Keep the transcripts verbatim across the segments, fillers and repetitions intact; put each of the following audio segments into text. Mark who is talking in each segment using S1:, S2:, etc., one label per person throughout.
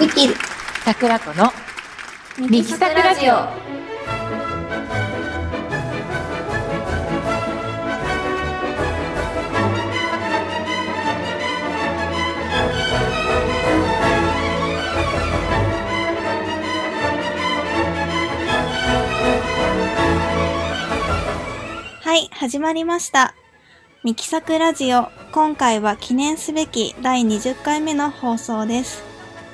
S1: できる
S2: 桜子のミキサクラジオ。
S3: はい、始まりました。ミキサクラジオ。今回は記念すべきだいにじゅっかいめの放送です。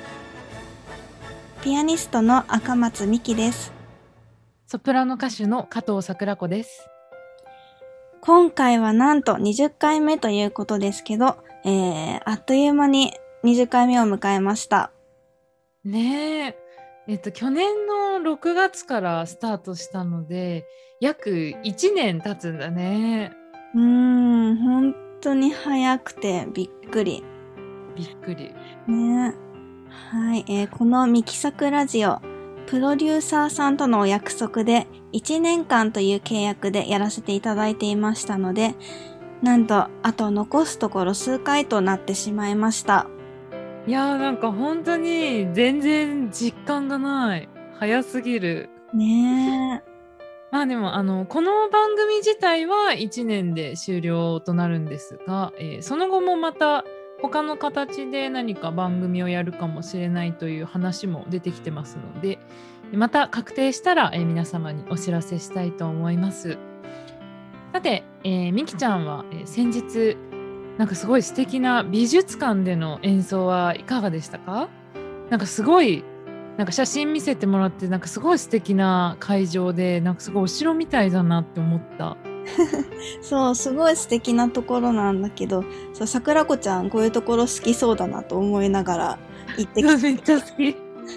S3: ピアニストの赤松美希です。
S2: ソプラノ歌手の加藤桜子です。
S3: 今回はなんとにじゅっかいめということですけど、えー、あっという間ににじゅっかいめを迎えました。
S2: ねえ。えっと、去年のろくがつからスタートしたので、約いちねん経つんだね。
S3: うーん、本当に早くてびっくり。
S2: びっくり。
S3: ねはい、えー、このミキサクラジオ、プロデューサーさんとのお約束でいちねんかんという契約でやらせていただいていましたので、なんとあと残すところ数回となってしまいました。
S2: いやーなんか本当に全然実感がない。早すぎる。
S3: ねえ。
S2: まあでもあのこの番組自体はいちねんで終了となるんですが、えーその後もまた他の形で何か番組をやるかもしれないという話も出てきてますので、また確定したら、えー皆様にお知らせしたいと思います。さて、えー、みきちゃんは、えー先日なんかすごい素敵な美術館での演奏はいかがでしたか？なんかすごいなんか写真見せてもらってなんかすごい素敵な会場でなんかすごいお城みたいだなって思った。
S3: そう、すごい素敵なところなんだけど、そう、桜子ちゃんこういうところ好きそうだなと思いながら行ってきた。
S2: めっちゃ好き。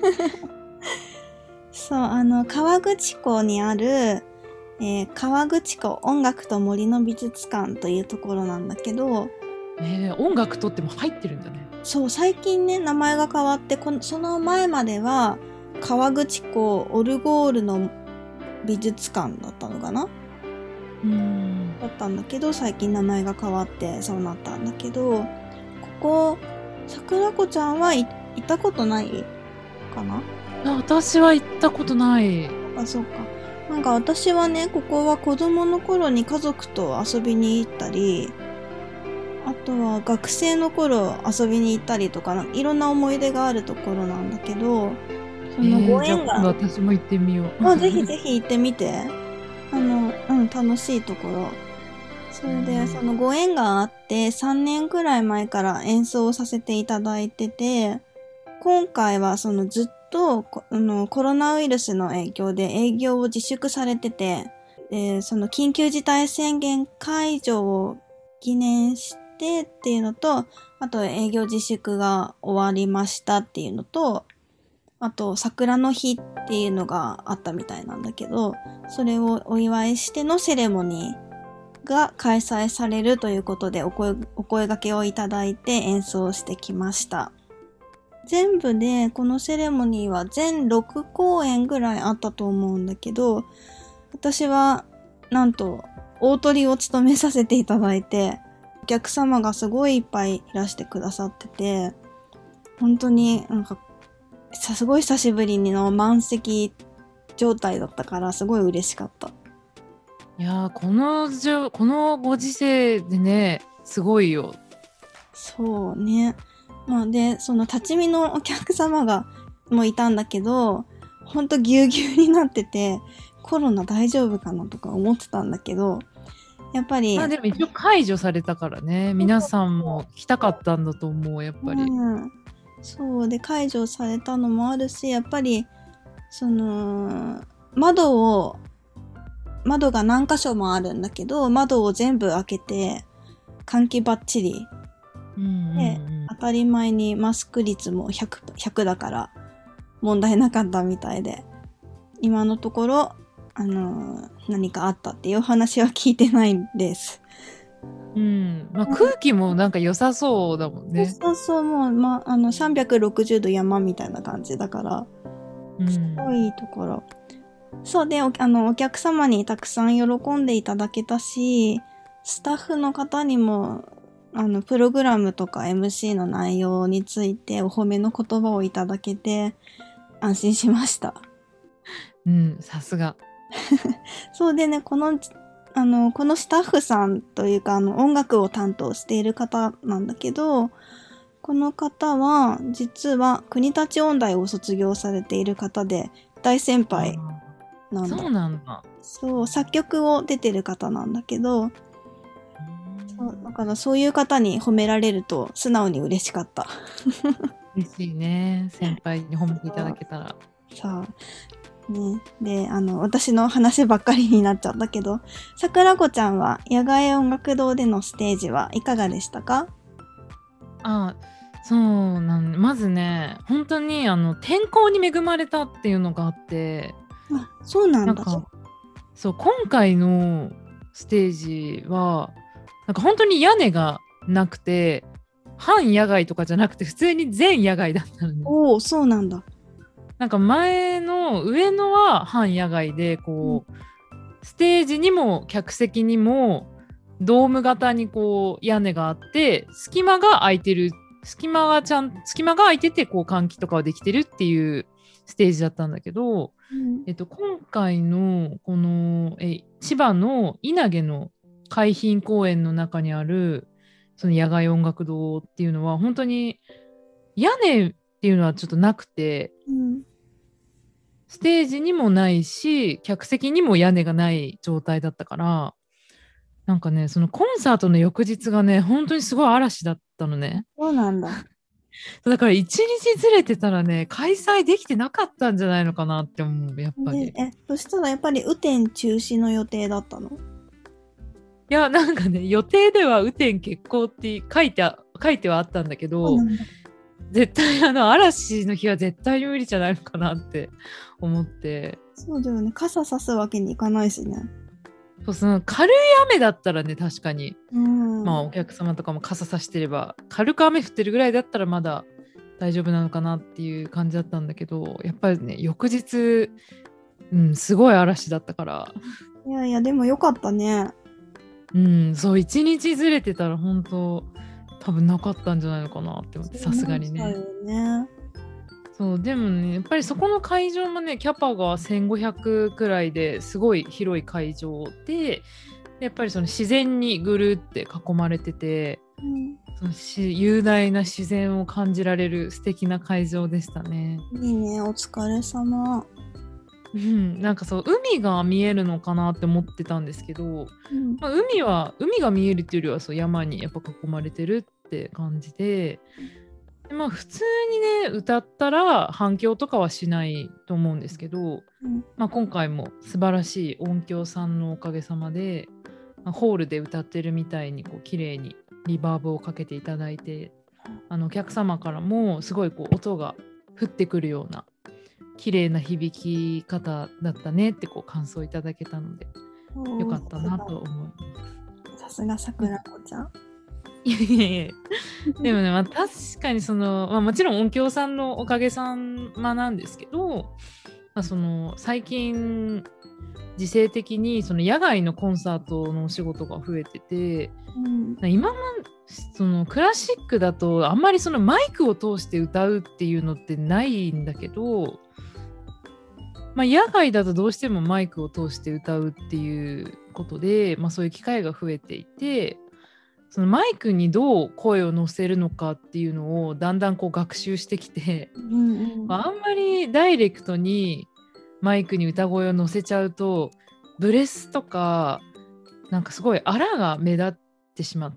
S3: そう、あの、河口湖にある、えー、河口湖音楽と森の美術館というところなんだけど、
S2: えー、音楽とっても入ってるんだね。
S3: そう、最近ね、名前が変わって、このその前までは、河口湖オルゴールの美術館だったのかな
S2: うーん。
S3: だったんだけど、最近名前が変わってそうなったんだけど、ここ、桜子ちゃんはい行ったことないかな
S2: あ、私は行ったことない。
S3: あ、そうか。なんか私はね、ここは子供の頃に家族と遊びに行ったり、あとは学生の頃遊びに行ったりとか、いろんな思い出があるところなんだけど、そのご
S2: えー、じゃあ
S3: 縁が、
S2: 今度私も行ってみよう。
S3: あ、ぜひぜひ行ってみて。あの、うん、楽しいところ。それで、
S2: うん
S3: そのご縁があって、さんねんくらい前から演奏させていただいてて、今回はそのずっとこあのコロナウイルスの影響で営業を自粛されてて、えーその緊急事態宣言解除を記念してっていうのと、あと営業自粛が終わりましたっていうのと、あと桜の日っていうのがあったみたいなんだけど、それをお祝いしてのセレモニーが開催されるということでお声、お声掛けをいただいて演奏してきました。全部でこのセレモニーは全ろくこうえんぐらいあったと思うんだけど、私はなんと大トリを務めさせていただいて、お客様がすごいいっぱいいらしてくださってて、本当になんかすごい久しぶりの満席状態だったからすごい嬉しかった。
S2: いやーこのじょこのご時世でねすごいよ。
S3: そうね。まあで、その立ち見のお客様がもいたんだけど、ほんとぎゅうぎゅうになってて、コロナ大丈夫かなとか思ってたんだけど、やっぱり、
S2: まあでも一応解除されたからね、皆さんも来たかったんだと思う、やっぱり。
S3: うん、そうで解除されたのもあるし、やっぱりその窓を窓が何箇所もあるんだけど、窓を全部開けて換気バッチリ
S2: うんうん
S3: で、
S2: うん、
S3: 当たり前にマスク率も ひゃく, ひゃくだから問題なかったみたいで、今のところ、あのー、何かあったっていう話は聞いてないんです。
S2: うんまあ、空気もなんか良さそうだもんね。
S3: そうそう、もう、ま、あの、さんびゃくろくじゅうど山みたいな感じだから、
S2: うん、
S3: すごいいいところ。そうで、お、あの、お客様にたくさん喜んでいただけたし、スタッフの方にもあの、プログラムとか エムシー の内容についてお褒めの言葉をいただけて安心しました。
S2: うん、さすが。
S3: そうでね、この、あの、このスタッフさんというか、あの、音楽を担当している方なんだけど、この方は、実は国立音大を卒業されている方で、大先輩なんだ。
S2: そうなんだ。
S3: そう、作曲を出てる方なんだけど、そうだからそういう方に褒められると素直に嬉しかった。
S2: 嬉しいね。先輩に褒めていただけたら。
S3: さあ、ね。で、あの、私の話ばっかりになっちゃったけど、桜子ちゃんは野外音楽堂でのステージはいかがでしたか？
S2: あ、そうなんまずね、本当にあの天候に恵まれたっていうのがあって、
S3: あ、そうなんだ。
S2: なんかそう今回のステージはなんか本当に屋根がなくて半野外とかじゃなくて普通に全野外だったのね。
S3: おお、そうなんだ。
S2: なんか前の上のは半野外でこう、うん、ステージにも客席にもドーム型にこう屋根があって隙間が空いてる隙間がちゃん隙間が空いててこう換気とかはできてるっていうステージだったんだけど、うん、えっと、今回のこのえ千葉の稲毛の海浜公園の中にあるその野外音楽堂っていうのは本当に屋根っていうのはちょっとなくて、うん、ステージにもないし客席にも屋根がない状態だったからなんかねそのコンサートの翌日がね本当にすごい嵐だったのね。
S3: そうなんだ。
S2: だから一日ずれてたらね開催できてなかったんじゃないのかなって思うやっぱり。
S3: え、そしたらやっぱり雨天中止の予定だったの？
S2: いやなんかね予定では雨天決行って書いて書いてはあったんだけど、絶対あの嵐の日は絶対に無理じゃないのかなって思って。
S3: そうだよね、傘さすわけにいかないしね。
S2: そうその軽い雨だったらね確かに、
S3: うん、
S2: まあお客様とかも傘さしてれば軽く雨降ってるぐらいだったらまだ大丈夫なのかなっていう感じだったんだけどやっぱりね翌日、うん、すごい嵐だったから。
S3: いやいやでもよかったね。
S2: うんそう一日ずれてたら本当多分なかったんじゃないのかなって思ってさすがにね。そうでもねやっぱりそこの会場もねキャパがせんごひゃくくらいですごい広い会場でやっぱりその自然にぐるって囲まれてて、うん、そのし雄大な自然を感じられる素敵な会場でしたね。
S3: いいねお疲れ様。
S2: うん、なんかそう海が見えるのかなって思ってたんですけど、うんまあ、海は海が見えるっていうよりはそう山にやっぱ囲まれてるって感じで、でまあ、普通にね歌ったら反響とかはしないと思うんですけど、うんまあ、今回も素晴らしい音響さんのおかげさまで、まあ、ホールで歌ってるみたいにこう綺麗にリバーブをかけていただいてあのお客様からもすごいこう音が降ってくるような綺麗な響き方だったねってこう感想いただけたのでよかったなと思います。
S3: さすが桜子ちゃん。
S2: いやいやいやでもね、まあ、確かにその、まあ、もちろん音響さんのおかげさまなんですけど、まあ、その最近時勢的にその野外のコンサートのお仕事が増えてて、うん、今もそのクラシックだとあんまりそのマイクを通して歌うっていうのってないんだけど、まあ、野外だとどうしてもマイクを通して歌うっていうことで、まあ、そういう機会が増えていてそのマイクにどう声を乗せるのかっていうのをだんだんこう学習してきて、うんうんまあ、あんまりダイレクトにマイクに歌声を乗せちゃうとブレスとかなんかすごいあらが目立ってしまって、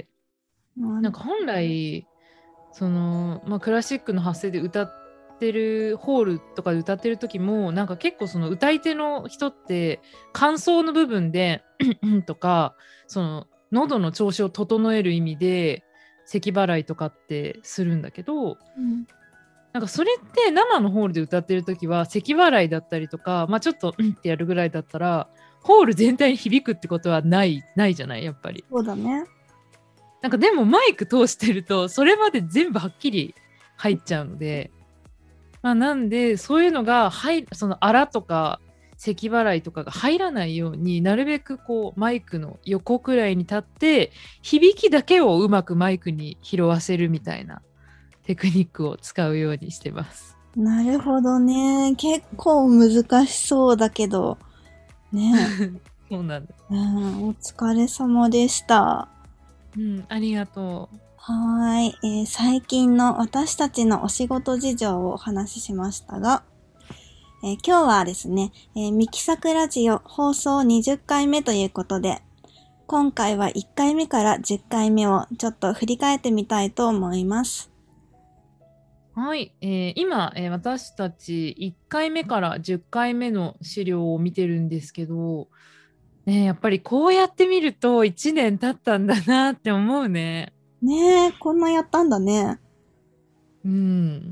S2: うん、なんか本来その、まあ、クラシックの発声で歌ってるホールとかで歌ってる時もなんか結構その歌い手の人って間奏の部分でとかその喉の調子を整える意味で咳払いとかってするんだけど、うん、なんかそれって生のホールで歌ってる時は咳払いだったりとか、まあ、ちょっとうんってやるぐらいだったらホール全体に響くってことはないないじゃないやっぱり。
S3: そうだね。
S2: なんかでもマイク通してるとそれまで全部はっきり入っちゃうので、まあ、なんでそういうのが入そのあらとか咳払いとかが入らないようになるべくこうマイクの横くらいに立って響きだけをうまくマイクに拾わせるみたいなテクニックを使うようにしてます。
S3: なるほどね。結構難しそうだけど。ね。
S2: そうなんだ。
S3: うん、お疲れ様でした。
S2: うん、ありがとう。
S3: はーい、えー、最近の私たちのお仕事事情をお話ししましたが、えー、今日はですね、えー、ミキサクラジオ放送にじゅっかいめということで、今回はいっかいめからじゅっかいめをちょっと振り返ってみたいと思います。
S2: はい、えー、今、えー、私たちいっかいめからじゅっかいめの資料を見てるんですけど、ね、やっぱりこうやって見るといちねん経ったんだなって思うね。
S3: ねえ、こんなやったんだね。
S2: うん。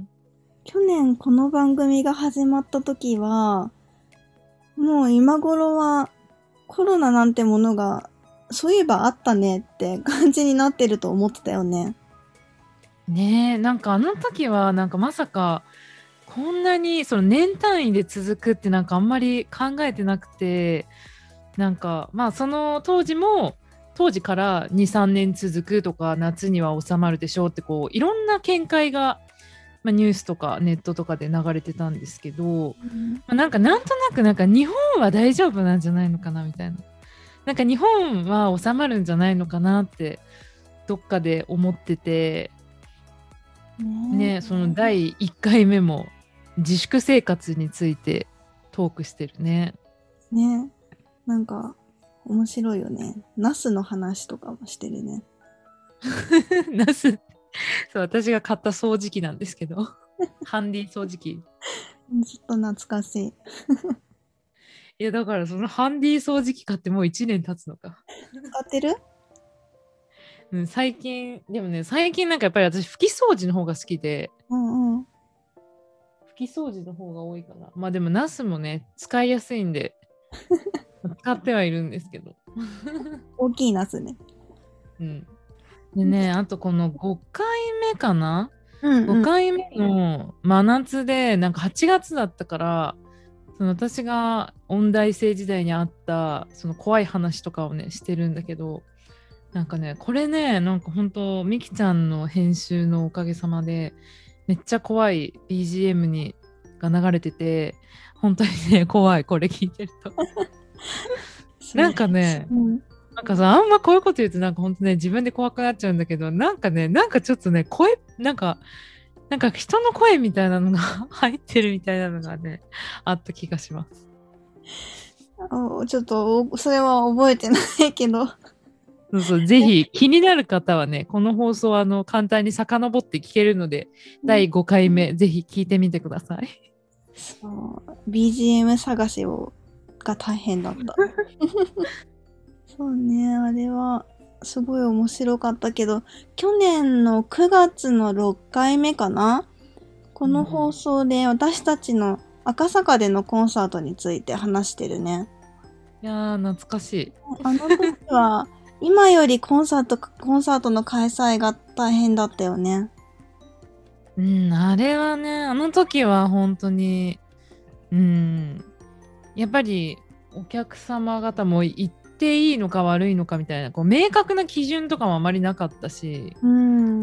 S3: 去年この番組が始まった時は、もう今頃はコロナなんてものがそういえばあったねって感じになってると思ってたよね。
S2: ねえ、なんかあの時はなんかまさかこんなにその年単位で続くってなんかあんまり考えてなくて、なんかまあその当時も当時からに、さんねん続くとか夏には収まるでしょうってこういろんな見解が、まあ、ニュースとかネットとかで流れてたんですけど、
S3: うん
S2: まあ、なんかなんとなくなんか日本は大丈夫なんじゃないのかなみたいな、なんか日本は収まるんじゃないのかなってどっかで思ってて
S3: ね
S2: ね、そのだいいっかいめも自粛生活についてトークしてるね。
S3: え、ねえ、なんか面白いよね。ナスの話とかもしてるね。
S2: ナス、そう、私が買った掃除機なんですけど、ハンディ掃除機。
S3: ずっと懐かしい。
S2: いや、だからそのハンディ掃除機買ってもういちねん経つのか。
S3: 使ってる？
S2: うん、最近、でもね、最近なんかやっぱり私、拭き掃除の方が好きで、
S3: うんうん。
S2: 拭き掃除の方が多いかな。まあでも、ナスもね、使いやすいんで、使ってはいるんですけど。
S3: 大きいナスね。
S2: うん。でね、あとこのごかいめかな、
S3: うんうん。
S2: ごかいめの真夏で、なんかはちがつだったから、その私が音大生時代にあったその怖い話とかをねしてるんだけど、なんかねこれねなんか本当みきちゃんの編集のおかげさまでめっちゃ怖い ビージーエム にが流れてて、本当にね怖い、これ聞いてるとなんかね、
S3: うん、
S2: なんかさ、あんまこういうこと言うとなんか本当ね自分で怖くなっちゃうんだけど、なんかねなんかちょっとね声なんかなんか人の声みたいなのが入ってるみたいなのがねあった気がします。
S3: あ、ちょっとそれは覚えてないけど。
S2: そうそう、ぜひ気になる方はね、この放送はあの簡単に遡って聞けるので、だいごかいめ、ぜひ聞いてみてください。
S3: そう、ビージーエム 探しをが大変だった。そうね、あれはすごい面白かったけど、去年のくがつのろっかいめかな、この放送で私たちの赤坂でのコンサートについて話してるね。
S2: いやー、懐かしい。
S3: あの時は、今よりコンサート、コンサートの開催が大変だったよね。
S2: うん、あれはね、あの時は本当に、うん、やっぱりお客様方も行っていいのか悪いのかみたいな、こう明確な基準とかもあまりなかったし、
S3: うん。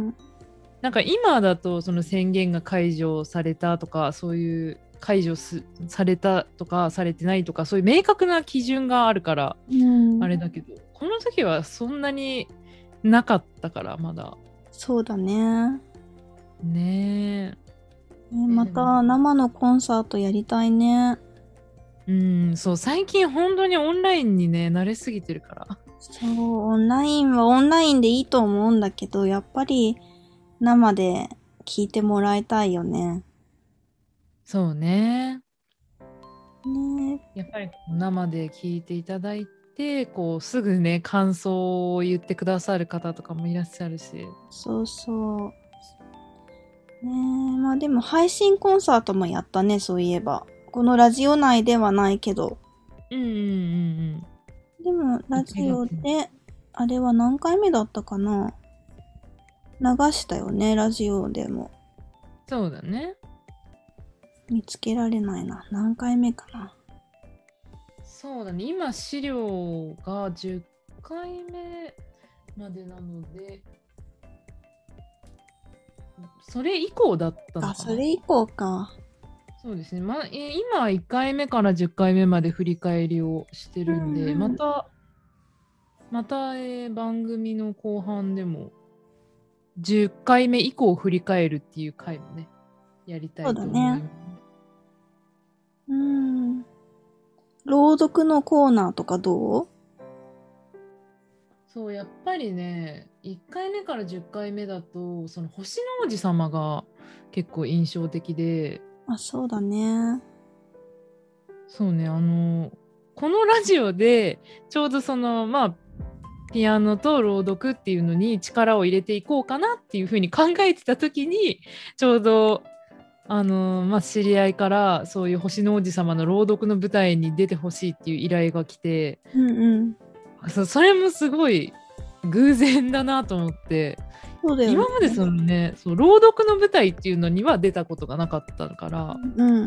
S2: なんか今だとその宣言が解除されたとか、そういう解除すされたとかされてないとか、そういう明確な基準があるから、
S3: うん、
S2: あれだけど、この時はそんなになかったから、まだ。
S3: そうだね。
S2: ねえ。
S3: ね、また生のコンサートやりたいね。
S2: うん、そう、最近本当にオンラインにね、慣れすぎてるから。
S3: そう、オンラインはオンラインでいいと思うんだけど、やっぱり生で聞いてもらいたいよね。
S2: そうね。
S3: ね、
S2: やっぱり生で聞いていただいて、こう、すぐね、感想を言ってくださる方とかもいらっしゃるし。
S3: そうそう。ねえ、まあでも配信コンサートもやったね、そういえば。このラジオ内ではないけど。
S2: うんうんうんうん。
S3: でも、ラジオで、あれは何回目だったかな？流したよね、ラジオでも。
S2: そうだね。
S3: 見つけられないな。何回目かな。
S2: そうだね。今資料がじゅっかいめまでなので、それ以降だったのかな。
S3: あ、それ以降か。
S2: そうですね。まあ、えー今いっかいめからじゅっかいめまで振り返りをしてるんで、
S3: うんうん
S2: また、また、えー番組の後半でもじゅっかいめ以降を振り返るっていう回もね、やりたいと思います。
S3: うん。朗読のコーナーとかどう？
S2: そう、やっぱりね、いっかいめからじゅっかいめだと、その星の王子様が結構印象的で、
S3: あ、そうだね。
S2: そうね、あの、このラジオで、ちょうどその、まあ、ピアノと朗読っていうのに力を入れていこうかなっていうふうに考えてた時に、ちょうど、あの、まあ、知り合いからそういう星の王子様の朗読の舞台に出てほしいっていう依頼が来て、
S3: うんうん。
S2: そそれもすごい偶然だなと思って、
S3: そうだよね。
S2: 今までそのね、そう朗読の舞台っていうのには出たことがなかったから、
S3: うん。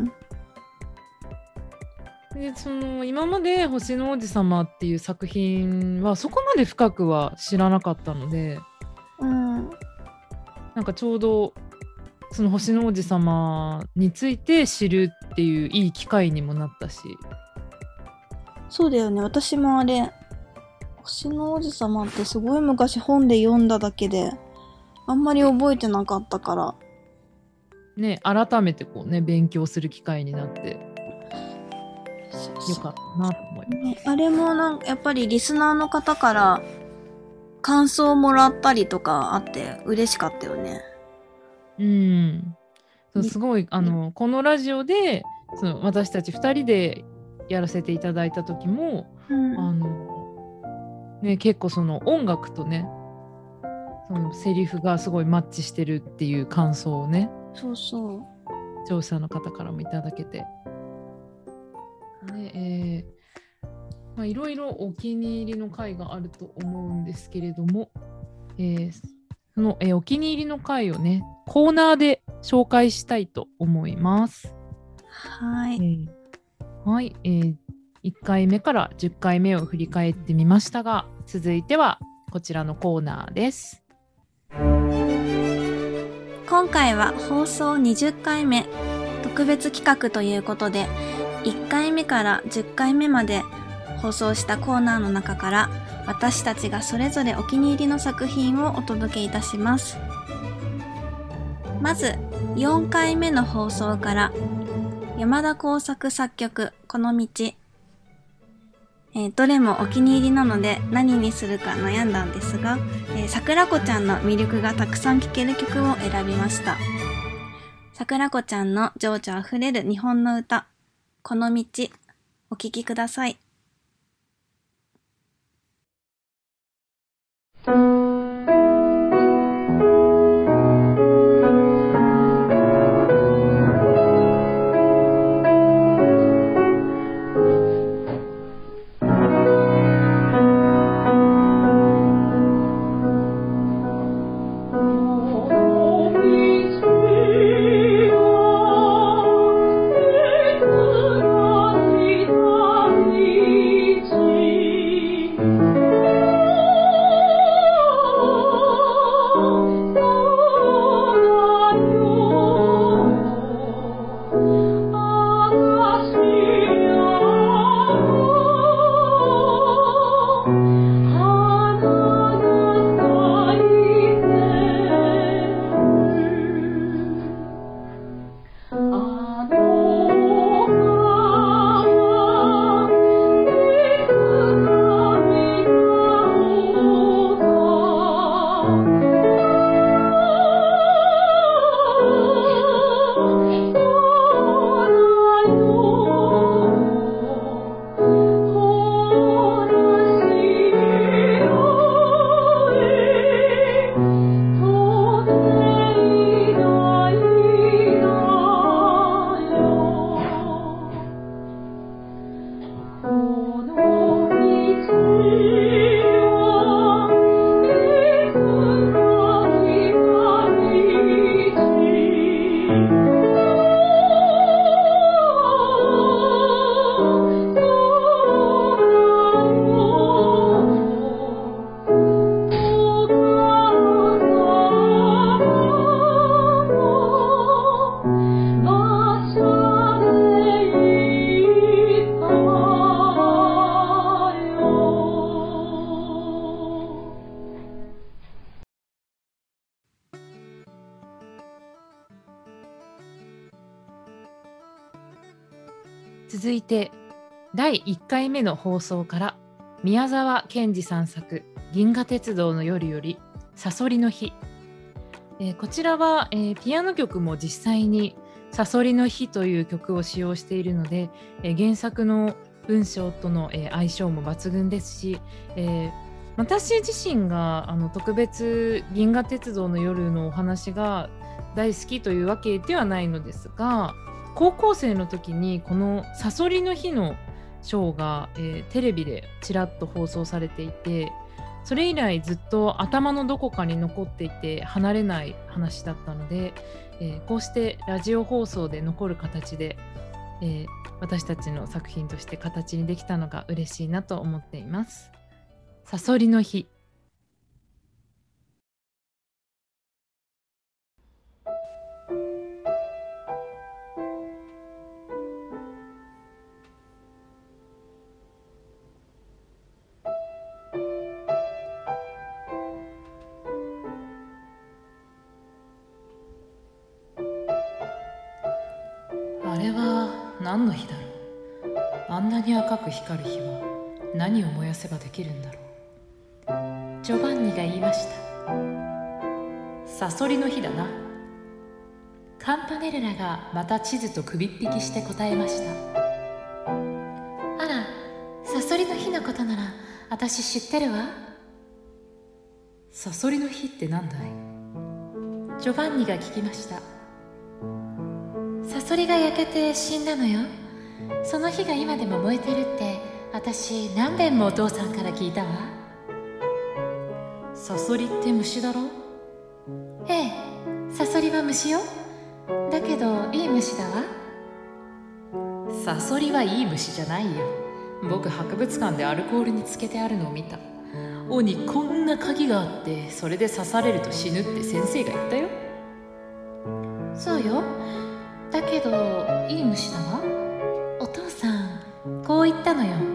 S2: でその今まで星の王子様っていう作品はそこまで深くは知らなかったので、
S3: うん。
S2: なんかちょうどその星の王子様について知るっていういい機会にもなったし。
S3: そうだよね。私もあれ、星の王子様ってすごい昔本で読んだだけで、あんまり覚えてなかったから。
S2: ね、改めてこうね、勉強する機会になってよかったなと思います。
S3: ね、あれもなんかやっぱりリスナーの方から感想をもらったりとかあって嬉しかったよね。
S2: うん。そうすごいあのこのラジオでその私たちふたりでやらせていただいた時も、
S3: うん、
S2: あのね、結構その音楽とね、そのセリフがすごいマッチしてるっていう感想をね、
S3: そうそう。
S2: 聴者の方からもいただけて、ねえーまあ、いろいろお気に入りの回があると思うんですけれども、えーその、えーお気に入りの回をね、コーナーで紹介したいと思います。
S3: はい。
S2: えーはい、えーいっかいめからじゅっかいめを振り返ってみましたが、続いてはこちらのコーナーです。
S3: 今回は放送にじゅっかいめ特別企画ということで、いっかいめからじゅっかいめまで放送したコーナーの中から私たちがそれぞれお気に入りの作品をお届けいたします。まずよんかいめの放送から山田耕作作曲この道、えー、どれもお気に入りなので何にするか悩んだんですが、えー、桜子ちゃんの魅力がたくさん聴ける曲を選びました。桜子ちゃんの情緒あふれる日本の歌、この道、お聴きください。
S1: Thank you.
S2: 続いてだいいっかいめの放送から宮沢賢治さん作銀河鉄道の夜よりさそりの日、えー、こちらは、えー、ピアノ曲も実際にさそりの日という曲を使用しているので、えー、原作の文章との、えー、相性も抜群ですし、えー、私自身があの特別銀河鉄道の夜のお話が大好きというわけではないのですが、高校生の時にこのさそりの日のショーが、えー、テレビでちらっと放送されていて、それ以来ずっと頭のどこかに残っていて離れない話だったので、えー、こうしてラジオ放送で残る形で、えー、私たちの作品として形にできたのが嬉しいなと思っています。さそりの日。
S1: あれは何の日だろう。あんなに赤く光る日は何を燃やせばできるんだろう。ジョバンニが言いました。サソリの日だな。カンパネルラがまた地図と首っ引きして答えました。あら、サソリの日のことなら私知ってるわ。サソリの日って何だい？ジョバンニが聞きました。サソリが焼けて死んだのよ。その火が今でも燃えてるって私何遍もお父さんから聞いたわ。サソリって虫だろ？ええ、サソリは虫よ。だけどいい虫だわ。サソリはいい虫じゃないよ。僕博物館でアルコールにつけてあるのを見た。尾にこんな鍵があってそれで刺されると死ぬって先生が言ったよ。そうよ。だけどいい虫だわ。お父さんこう言ったのよ。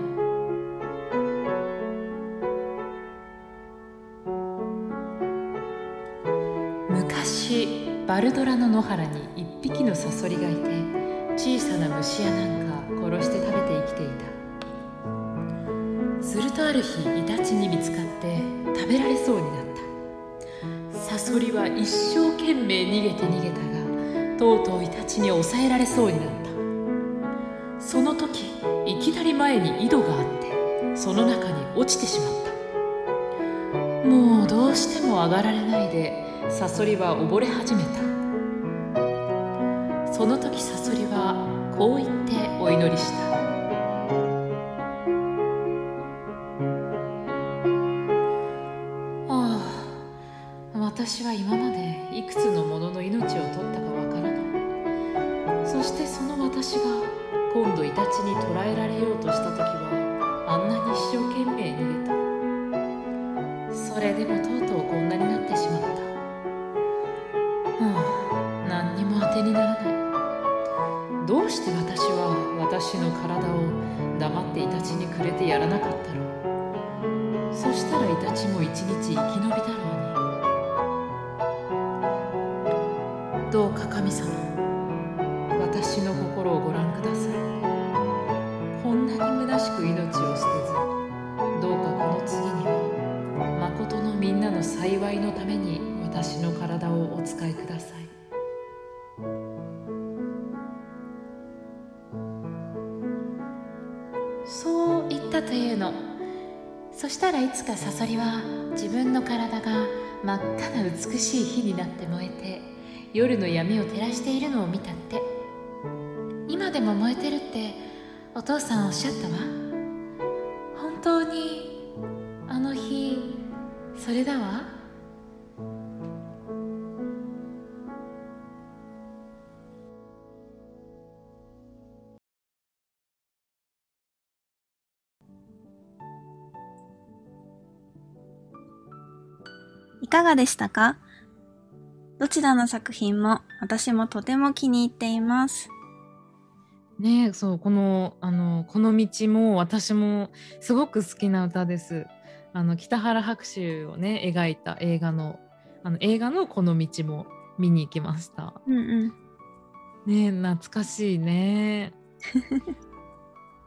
S1: 昔バルドラの野原に一匹のサソリがいて、小さな虫やなんか殺して食べて生きていた。するとある日イタチに見つかって食べられそうになった。サソリは一生懸命逃げて逃げたが、とうとうイタチに抑えられそうになった。その時いきなり前に井戸があってその中に落ちてしまった。もうどうしても上がられないでサソリは溺れ始めた。その時サソリはこう言ってお祈りした。ああ、私は今までいくつの者の命を取ったかわからない。そしてその私が今度イタチに捕らえられようとした時はあんなに一生懸命逃げた。それでもとうとうこんなになってしまった。はあ、何にも当てにならない。どうして私は私の体を黙ってイタチにくれてやらなかったろう。そしたらイタチも一日生き延びだろうに。どうか神様、私の心をご覧ください。こんなに虚しく命を捨てず、どうかこの次にはまことのみんなの幸いのために私の体をお使いください。そう言ったというの。そしたらいつかサソリは自分の体が真っ赤な美しい火になって燃えて夜の闇を照らしているのを見たって。今でも燃えてるってお父さんおっしゃったわ。本当にあの日それだわ。
S3: いかがでしたか？どちらの作品も私もとても気に入っています。
S2: ねえ、そう、この、あの、この道も私もすごく好きな歌です。あの、北原白秋をね、描いた映画の、あの、映画のこの道も見に行きました。
S3: うんうん。
S2: ねえ、懐かしいね。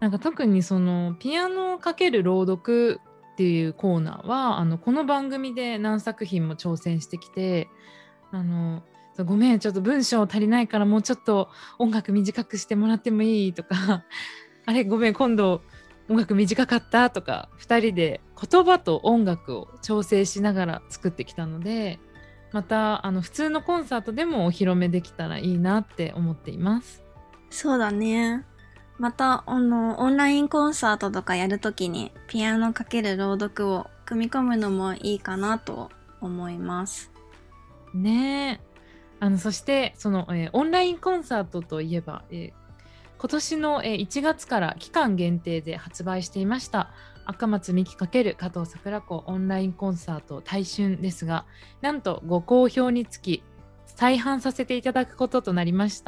S2: なんか特にそのピアノをかける朗読っていうコーナーはあのこの番組で何作品も挑戦してきて、あのごめんちょっと文章足りないからもうちょっと音楽短くしてもらってもいいとかあれごめん今度音楽短かったとかふたりで言葉と音楽を調整しながら作ってきたので、またあの普通のコンサートでもお披露目できたらいいなって思っています。
S3: そうだね。また、あの、オンラインコンサートとかやるときにピアノかける朗読を組み込むのもいいかなと思います。
S2: ねえ。あのそしてその、えーオンラインコンサートといえば、えー今年の、えーいちがつから期間限定で発売していました赤松美希×加藤桜子オンラインコンサート大春ですが、なんとご好評につき再販させていただくこととなりました。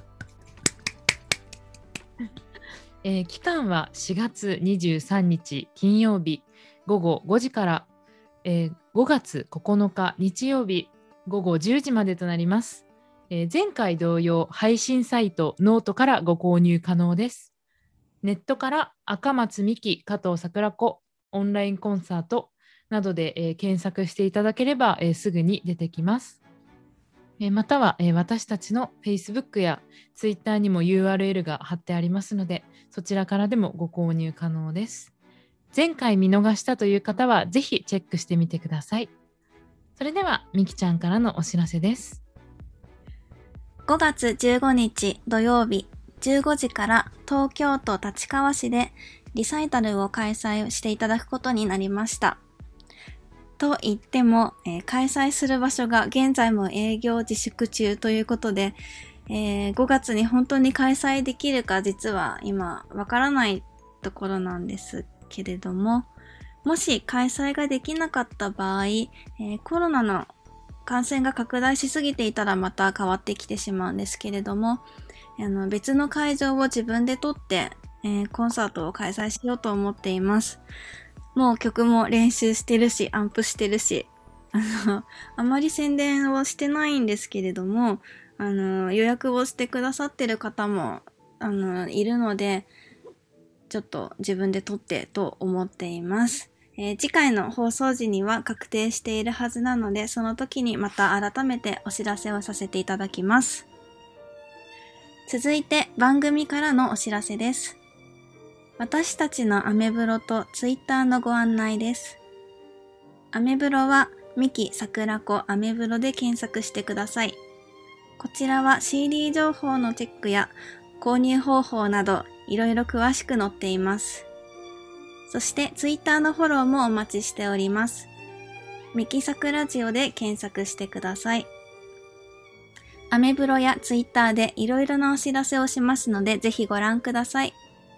S2: えー期間はしがつにじゅうさんにち金曜日ごごごじから、えーごがつここのか日曜日ごごじゅうじまでとなります。えー前回同様配信サイトノートからご購入可能です。ネットから赤松美希加藤桜子オンラインコンサートなどで、えー検索していただければ、えーすぐに出てきます。えーまたは、えー私たちの Facebook や Twitter にも ユーアールエル が貼ってありますので、そちらからでもご購入可能です。前回見逃したという方はぜひチェックしてみてください。それではみきちゃんからのお知らせです。
S3: ごがつじゅうごにち土曜日じゅうごじから東京都立川市でリサイタルを開催していただくことになりました。と言っても、えー開催する場所が現在も営業自粛中ということで、えーごがつに本当に開催できるか実は今わからないところなんですけれども、もし開催ができなかった場合、えーコロナの感染が拡大しすぎていたらまた変わってきてしまうんですけれども、あの別の会場を自分で取って、えーコンサートを開催しようと思っています。もう曲も練習してるし、アンプしてるし、あの、あまり宣伝をしてないんですけれども、あの、予約をしてくださってる方も、あの、いるので、ちょっと自分で撮ってと思っています。えー次回の放送時には確定しているはずなので、その時にまた改めてお知らせをさせていただきます。続いて番組からのお知らせです。私たちのアメブロとツイッターのご案内です。アメブロはミキ桜子アメブロで検索してください。こちらは シーディー 情報のチェックや購入方法などいろいろ詳しく載っています。そしてツイッターのフォローもお待ちしております。ミキサクラジオで検索してください。アメブロやツイッターでいろいろなお知らせをしますのでぜひご覧ください。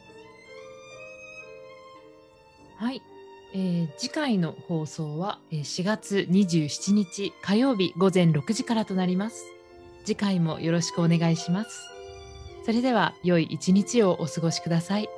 S2: はい、えー次回の放送はえーしがつにじゅうしちにち火曜日ごぜんろくじからとなります。次回もよろしくお願いします。それでは良い一日をお過ごしください。